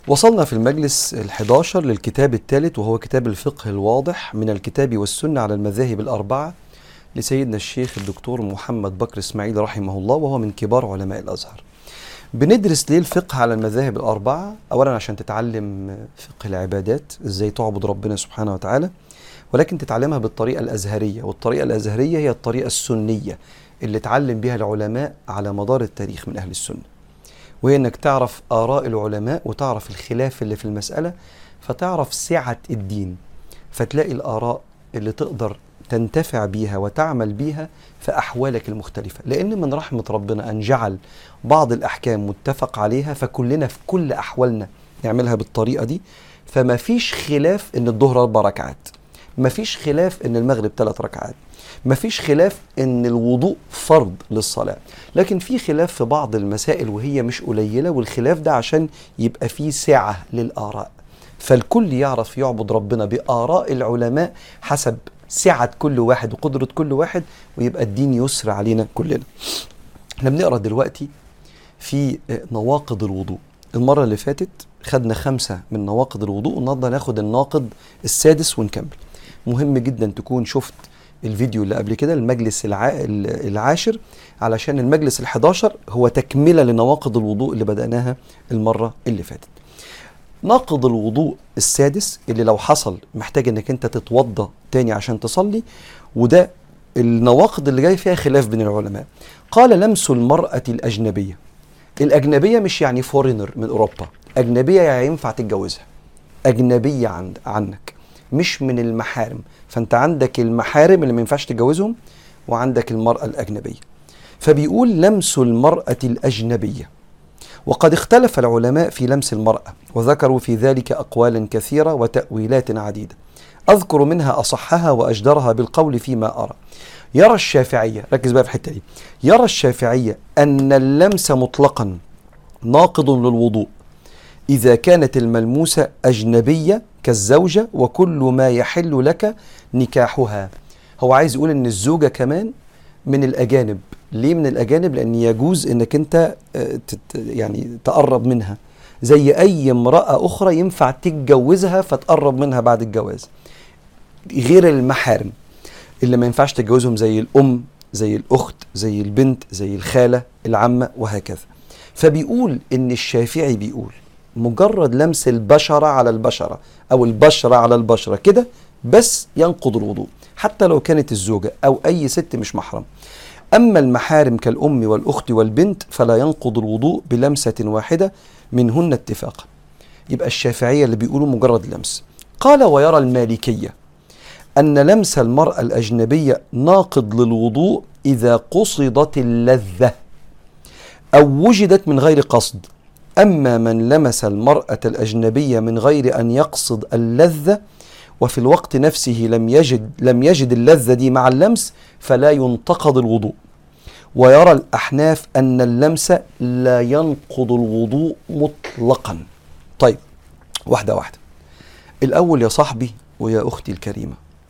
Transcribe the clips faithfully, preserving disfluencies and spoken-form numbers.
وصلنا في المجلس الحداشر للكتاب الثالث، وهو كتاب الفقه الواضح من الكتاب والسنة على المذاهب الأربعة لسيدنا الشيخ الدكتور محمد بكر إسماعيل رحمه الله، وهو من كبار علماء الأزهر. بندرس ليه الفقه على المذاهب الأربعة؟ أولا عشان تتعلم فقه العبادات، إزاي تعبد ربنا سبحانه وتعالى، ولكن تتعلمها بالطريقة الأزهرية، والطريقة الأزهرية هي الطريقة السنية اللي تعلم بها العلماء على مدار التاريخ من أهل السنة، وهي انك تعرف آراء العلماء وتعرف الخلاف اللي في المسألة، فتعرف سعة الدين، فتلاقي الآراء اللي تقدر تنتفع بيها وتعمل بيها في أحوالك المختلفة. لأن من رحمة ربنا أن جعل بعض الأحكام متفق عليها، فكلنا في كل أحوالنا نعملها بالطريقة دي. فما فيش خلاف إن الظهر أربع ركعات، ما فيش خلاف إن المغرب ثلاث ركعات، ما فيش خلاف ان الوضوء فرض للصلاة، لكن في خلاف في بعض المسائل وهي مش قليلة، والخلاف ده عشان يبقى فيه سعة للآراء، فالكل يعرف يعبد ربنا بآراء العلماء حسب سعة كل واحد وقدرة كل واحد، ويبقى الدين يسر علينا كلنا. احنا بنقرأ دلوقتي في نواقض الوضوء. المرة اللي فاتت خدنا خمسة من نواقض الوضوء، والنهارده ناخد الناقض السادس ونكمل. مهم جدا تكون شفت الفيديو اللي قبل كده، المجلس الع... العاشر، علشان المجلس الحداشر هو تكملة لنواقض الوضوء اللي بدأناها المرة اللي فاتت. ناقض الوضوء السادس اللي لو حصل محتاج انك انت تتوضى تاني عشان تصلي، وده النواقض اللي جاي فيها خلاف بين العلماء. قال: لمس المرأة الأجنبية. الأجنبية مش يعني فورينر من أوروبا، أجنبية يعني ينفع تتجوزها، أجنبية عن... عنك، مش من المحارم. فانت عندك المحارم اللي ما ينفعش تتجوزهم، وعندك المرأة الأجنبية. فبيقول: لمس المرأة الأجنبية. وقد اختلف العلماء في لمس المرأة، وذكروا في ذلك أقوالا كثيرة وتأويلات عديدة، أذكر منها أصحها وأجدرها بالقول فيما أرى. يرى الشافعية، ركز بقى في الحتة دي، يرى الشافعية أن اللمس مطلقا ناقض للوضوء إذا كانت الملموسة أجنبية كالزوجة وكل ما يحل لك نكاحها. هو عايز يقول ان الزوجة كمان من الأجانب. ليه من الأجانب؟ لأن يجوز انك انت يعني تقرب منها، زي أي امرأة أخرى ينفع تتجوزها فتقرب منها بعد الجواز، غير المحارم اللي ما ينفعش تتجوزهم، زي الأم، زي الأخت، زي البنت، زي الخالة، العمة، وهكذا. فبيقول ان الشافعي بيقول مجرد لمس البشرة على البشرة أو البشرة على البشرة كده بس ينقض الوضوء، حتى لو كانت الزوجة أو أي ست مش محرم. أما المحارم كالأم والأخت والبنت فلا ينقض الوضوء بلمسة واحدة منهن اتفاقا. يبقى الشافعية اللي بيقولوا مجرد لمس. قال: ويرى المالكية أن لمس المرأة الأجنبية ناقض للوضوء إذا قصدت اللذة أو وجدت من غير قصد. أما من لمس المرأة الأجنبية من غير أن يقصد اللذة وفي الوقت نفسه لم يجد لم يجد اللذة دي مع اللمس فلا ينتقض الوضوء. ويرى الأحناف أن اللمس لا ينقض الوضوء مطلقا. طيب، واحدة واحدة. الأول يا صاحبي ويا أختي الكريمة،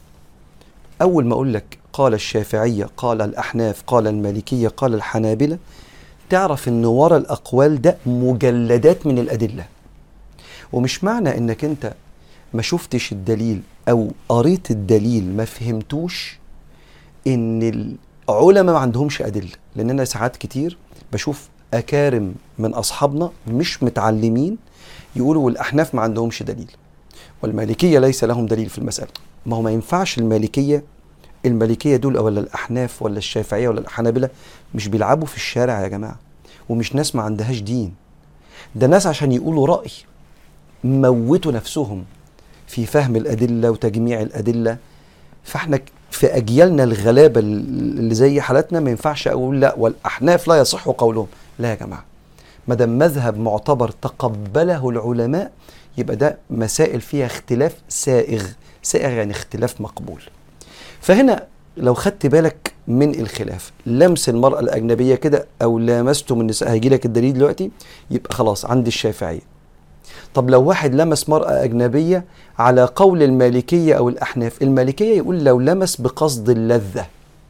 أول ما أقول لك قال الشافعية، قال الأحناف، قال المالكية، قال الحنابلة، تعرف ان ورا الاقوال ده مجلدات من الادله. ومش معنى انك انت ما شفتش الدليل او قريت الدليل ما فهمتوش ان العلماء ما عندهمش ادله. لان انا ساعات كتير بشوف اكارم من اصحابنا مش متعلمين يقولوا الاحناف ما عندهمش دليل والمالكيه ليس لهم دليل في المساله. ما هو ما ينفعش. المالكيه المالكية دول ولا الأحناف ولا الشافعية ولا الحنابلة مش بيلعبوا في الشارع يا جماعة، ومش ناس ما عندهاش دين. ده ناس عشان يقولوا رأي موتوا نفسهم في فهم الأدلة وتجميع الأدلة. فاحنا في أجيالنا الغلابة اللي زي حالتنا ما ينفعش أقول لا والأحناف لا يصح قولهم. لا يا جماعة، ما دام مذهب معتبر تقبله العلماء يبقى ده مسائل فيها اختلاف سائغ. سائغ يعني اختلاف مقبول. فهنا لو خدت بالك من الخلاف، لمس المرأة الأجنبية كده أو لامستم النساء، هيجي لك الدليل دلوقتي، يبقى خلاص عند الشافعية. طب لو واحد لمس مرأة أجنبية على قول المالكية أو الأحناف، المالكية يقول لو لمس بقصد اللذة،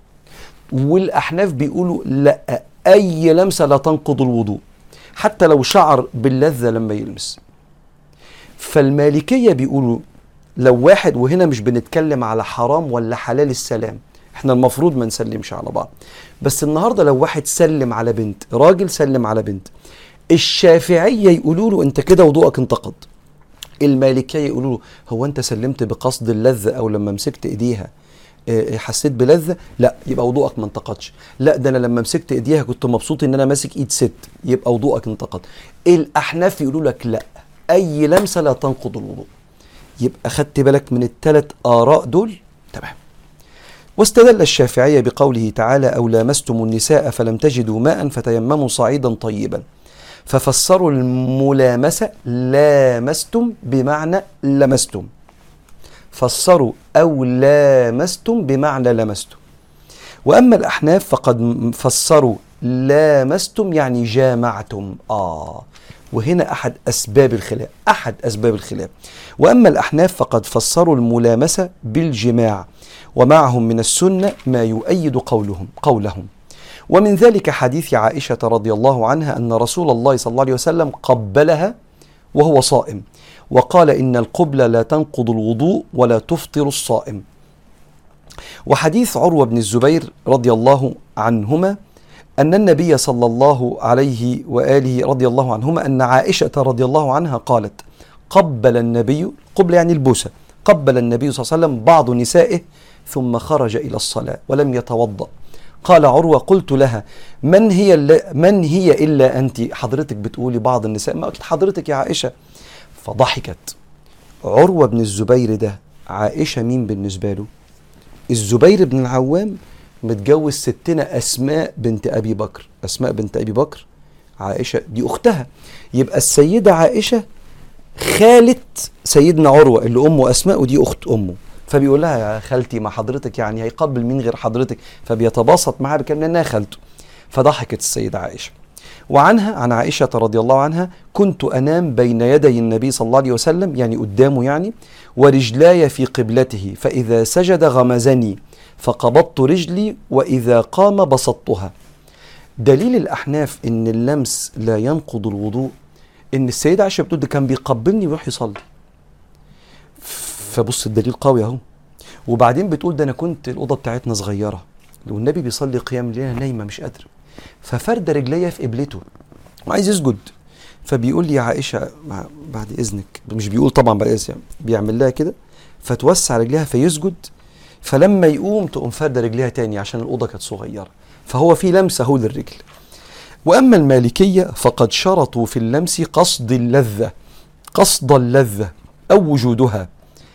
والأحناف بيقولوا لا، أي لمسة لا تنقض الوضوء حتى لو شعر باللذة لما يلمس. فالمالكية بيقولوا لو واحد، وهنا مش بنتكلم على حرام ولا حلال السلام، احنا المفروض ما نسلمش على بعض، بس النهاردة لو واحد سلم على بنت، راجل سلم على بنت، الشافعية يقولوا له انت كده وضوءك انتقض. المالكية يقولوا له هو انت سلمت بقصد اللذة او لما مسكت ايديها حسيت بلذة؟ لا، يبقى وضوءك ما انتقضش. لا، ده انا لما مسكت ايديها كنت مبسوط ان انا ماسك ايد ست، يبقى وضوءك انتقض. الاحناف يقولوا لك لا، اي لمسة لا تنقض الوضوء. يبقى خدت بالك من الثلاث آراء دول؟ تمام. واستدل الشافعية بقوله تعالى أو لامستم النساء فلم تجدوا ماء فتيمموا صعيدا طيبا، ففسروا الملامسة لامستم بمعنى لمستم، فسروا أو لامستم بمعنى لمستم. وأما الأحناف فقد فسروا لامستم يعني جامعتم. آه وهنا أحد أسباب الخلاف، أحد أسباب الخلاف. وأما الأحناف فقد فسروا الملامسة بالجماع، ومعهم من السنة ما يؤيد قولهم قولهم ومن ذلك حديث عائشة رضي الله عنها أن رسول الله صلى الله عليه وسلم قبلها وهو صائم، وقال إن القبلة لا تنقض الوضوء ولا تفطر الصائم. وحديث عروة بن الزبير رضي الله عنهما أن النبي صلى الله عليه وآله رضي الله عنهما أن عائشة رضي الله عنها قالت قبل النبي، قبل يعني البوسة، قبل النبي صلى الله عليه وسلم بعض نسائه ثم خرج إلى الصلاة ولم يتوضأ. قال عروة قلت لها من هي من هي إلا أنت؟ حضرتك بتقولي بعض النساء، ما قلت حضرتك يا عائشة. فضحكت. عروة بن الزبير ده عائشة مين بالنسبة له؟ الزبير بن العوام متجوز ستنا أسماء بنت أبي بكر. أسماء بنت أبي بكر عائشة دي أختها، يبقى السيدة عائشة خالة سيدنا عروة اللي أمه أسماء ودي أخت أمه. فبيقول لها يا خالتي ما حضرتك يعني هيقبل مين غير حضرتك، فبيتباسط معها بكلمة انها خالته. فضحكت السيدة عائشة. وعنها عن عائشة رضي الله عنها كنت أنام بين يدي النبي صلى الله عليه وسلم يعني قدامه يعني، ورجلاي في قبلته، فإذا سجد غمزني فقبضت رجلي وإذا قام بسطتها. دليل الأحناف إن اللمس لا ينقض الوضوء إن السيدة عائشة بتقول ده كان بيقبلني ويروح يصلي. فبص الدليل قوي اهو. وبعدين بتقول ده انا كنت الاوضه بتاعتنا صغيره والنبي بيصلي قيام الليل نايمه مش قادره، ففرد رجليا في قبلته وعايز يسجد، فبيقول لي يا عائشه بعد اذنك، مش بيقول طبعا بعد اذنك، يعني بيعمل لها كده فتوسع رجليها فيسجد، فلما يقوم تقوم فرد رجليها تاني عشان الاوضه كانت صغيره. فهو في لمسه هو للرجل. واما المالكيه فقد شرطوا في اللمس قصد اللذه، قصد اللذه او وجودها،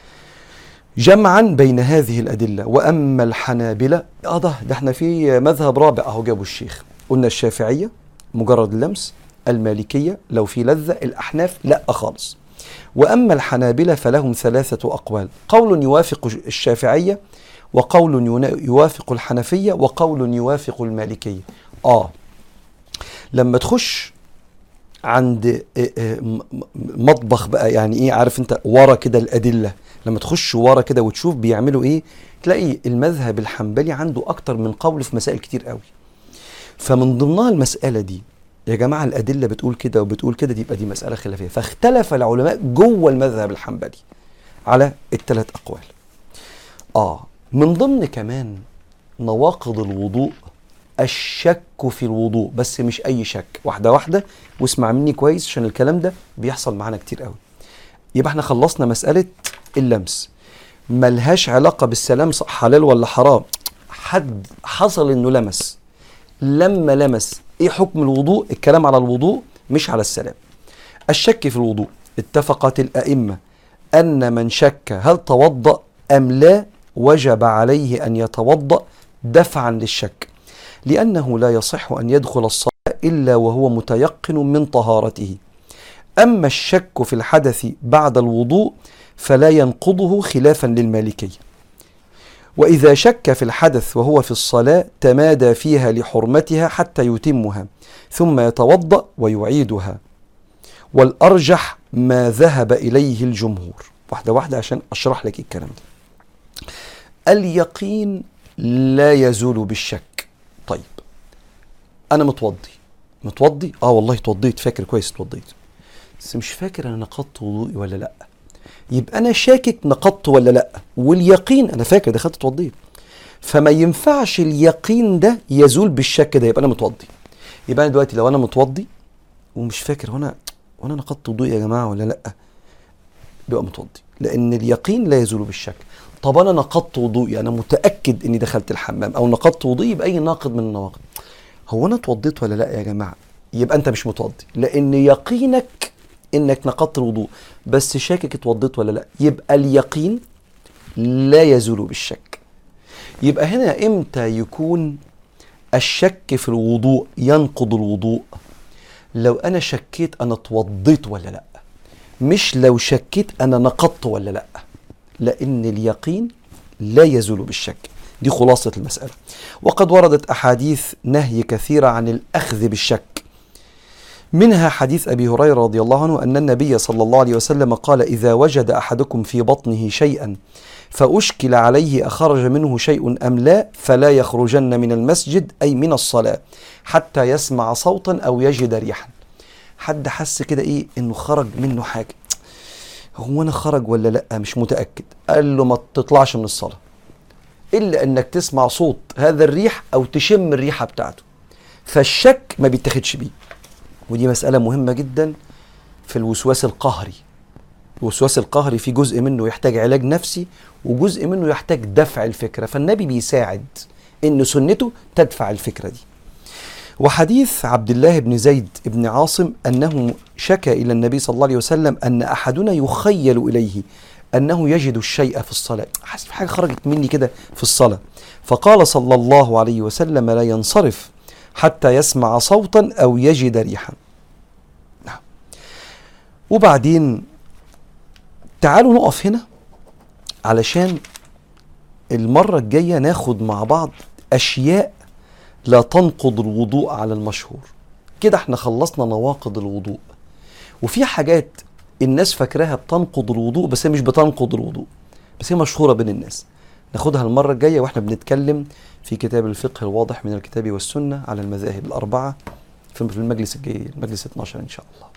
جمعا بين هذه الأدلة. وأما الحنابلة آه ده, ده احنا في مذهب رابع أهو جابوا الشيخ. قلنا الشافعية مجرد اللمس، المالكية لو في لذة، الأحناف لا خالص. وأما الحنابلة فلهم ثلاثة أقوال، قول يوافق الشافعية، وقول يوافق الحنفية، وقول يوافق المالكية. آه لما تخش عند مطبخ بقى يعني ايه، عارف انت ورا كده الأدلة، لما تخش ورا كده وتشوف بيعملوا ايه، تلاقي المذهب الحنبلي عنده اكتر من قول في مسائل كتير قوي. فمن ضمنها المسألة دي يا جماعة الأدلة بتقول كده وبتقول كده، دي يبقى دي مسألة خلافية. فاختلف العلماء جوه المذهب الحنبلي على الثلاث أقوال. آه من ضمن كمان نواقض الوضوء الشك في الوضوء، بس مش أي شك، واحدة واحدة واسمع مني كويس عشان الكلام ده بيحصل معانا كتير قوي. يبقى احنا خلصنا مسألة اللمس، ملهاش علاقة بالسلام حلال ولا حرام، حد حصل انه لمس، لما لمس ايه حكم الوضوء؟ الكلام على الوضوء مش على السلام. الشك في الوضوء، اتفقت الأئمة أن من شك هل توضأ أم لا وجب عليه أن يتوضأ دفعا للشك، لأنه لا يصح أن يدخل الصلاة إلا وهو متيقن من طهارته. أما الشك في الحدث بعد الوضوء فلا ينقضه خلافا للمالكية. وإذا شك في الحدث وهو في الصلاة تمادى فيها لحرمتها حتى يتمها ثم يتوضأ ويعيدها، والأرجح ما ذهب إليه الجمهور. واحدة واحدة عشان أشرح لك الكلام ده. اليقين لا يزول بالشك. طيب أنا متوضي متوضي آه والله توضيت، فاكر كويس توضيت، بس مش فاكر انا نقضت وضوئي ولا لا. يبقى انا شاكك نقضت ولا لا، واليقين انا فاكر دخلت اتوضيت. فما ينفعش اليقين ده يزول بالشك ده، يبقى انا متوضي. يبقى انا دلوقتي لو انا متوضي ومش فاكر وانا وانا نقضت وضوئي يا جماعه ولا لا، بيبقى متوضي، لان اليقين لا يزول بالشك. طب انا نقضت وضوئي، انا متاكد اني دخلت الحمام او نقضت وضوئي باي ناقض من النواقض، هو انا اتوضيت ولا لا يا جماعه؟ يبقى انت مش متوضي، لان يقينك انك نقضت الوضوء بس شاكك اتوضيت ولا لا. يبقى اليقين لا يزول بالشك. يبقى هنا امتى يكون الشك في الوضوء ينقض الوضوء؟ لو انا شكيت انا اتوضيت ولا لا، مش لو شكيت انا نقضت ولا لا، لان اليقين لا يزول بالشك. دي خلاصة المسألة. وقد وردت أحاديث نهي كثيرة عن الأخذ بالشك، منها حديث أبي هريرة رضي الله عنه أن النبي صلى الله عليه وسلم قال: إذا وجد أحدكم في بطنه شيئا فأشكل عليه أخرج منه شيء أم لا فلا يخرجن من المسجد، أي من الصلاة، حتى يسمع صوتا أو يجد ريحا. حد حس كده إيه إنه خرج منه حاجة، هو أنا خرج ولا لأ مش متأكد، قال له ما تطلعش من الصلاة إلا أنك تسمع صوت هذا الريح أو تشم الريحة بتاعته. فالشك ما بيتاخدش بيه. ودي مسألة مهمة جدا في الوسواس القهري. الوسواس القهري في جزء منه يحتاج علاج نفسي وجزء منه يحتاج دفع الفكرة، فالنبي بيساعد إن سنته تدفع الفكرة دي. وحديث عبد الله بن زيد بن عاصم أنه شكى إلى النبي صلى الله عليه وسلم أن أحدنا يخيل إليه أنه يجد الشيء في الصلاة، حاسس في حاجة خرجت مني كده في الصلاة، فقال صلى الله عليه وسلم: لا ينصرف حتى يسمع صوتا أو يجد ريحا. نعم. وبعدين تعالوا نقف هنا علشان المرة الجاية ناخد مع بعض أشياء لا تنقض الوضوء على المشهور. كده احنا خلصنا نواقض الوضوء، وفي حاجات الناس فاكراها بتنقض الوضوء بس هي مش بتنقض الوضوء، بس هي مشهورة بين الناس. ناخدها المرة الجاية واحنا بنتكلم في كتاب الفقه الواضح من الكتاب والسنة على المذاهب الأربعة في المجلس الجاي، المجلس اثناشر إن شاء الله.